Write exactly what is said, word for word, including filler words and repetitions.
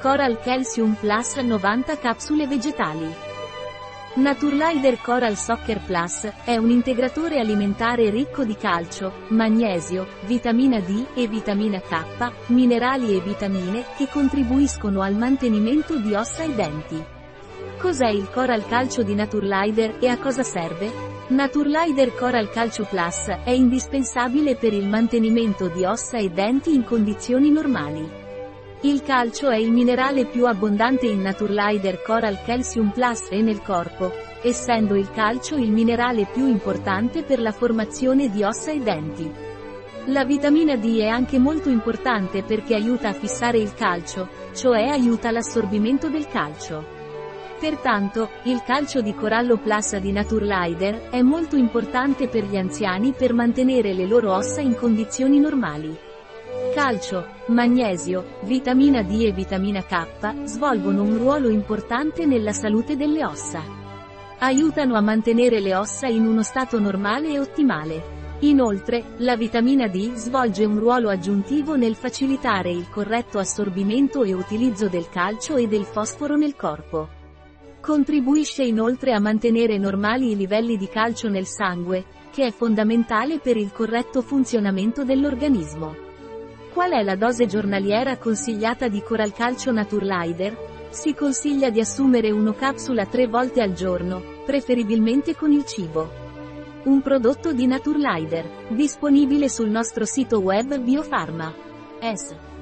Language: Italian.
Coral Calcium Plus novanta capsule vegetali. Naturelider Coral Soccer Plus è un integratore alimentare ricco di calcio, magnesio, vitamina D e vitamina K, minerali e vitamine che contribuiscono al mantenimento di ossa e denti. Cos'è il Coral Calcio di Naturelider e a cosa serve? Naturelider Coral Calcio Plus è indispensabile per il mantenimento di ossa e denti in condizioni normali. Il calcio è il minerale più abbondante in Naturelider Coral Calcium Plus e nel corpo, essendo il calcio il minerale più importante per la formazione di ossa e denti. La vitamina D è anche molto importante perché aiuta a fissare il calcio, cioè aiuta l'assorbimento del calcio. Pertanto, il calcio di Corallo Plus di Naturelider è molto importante per gli anziani per mantenere le loro ossa in condizioni normali. Calcio, magnesio, vitamina D e vitamina K svolgono un ruolo importante nella salute delle ossa. Aiutano a mantenere le ossa in uno stato normale e ottimale. Inoltre, la vitamina D svolge un ruolo aggiuntivo nel facilitare il corretto assorbimento e utilizzo del calcio e del fosforo nel corpo. Contribuisce inoltre a mantenere normali i livelli di calcio nel sangue, che è fondamentale per il corretto funzionamento dell'organismo. Qual è la dose giornaliera consigliata di Coral Calcio Naturelider? Si consiglia di assumere una capsula tre volte al giorno, preferibilmente con il cibo. Un prodotto di Naturelider, disponibile sul nostro sito web Biofarma. S.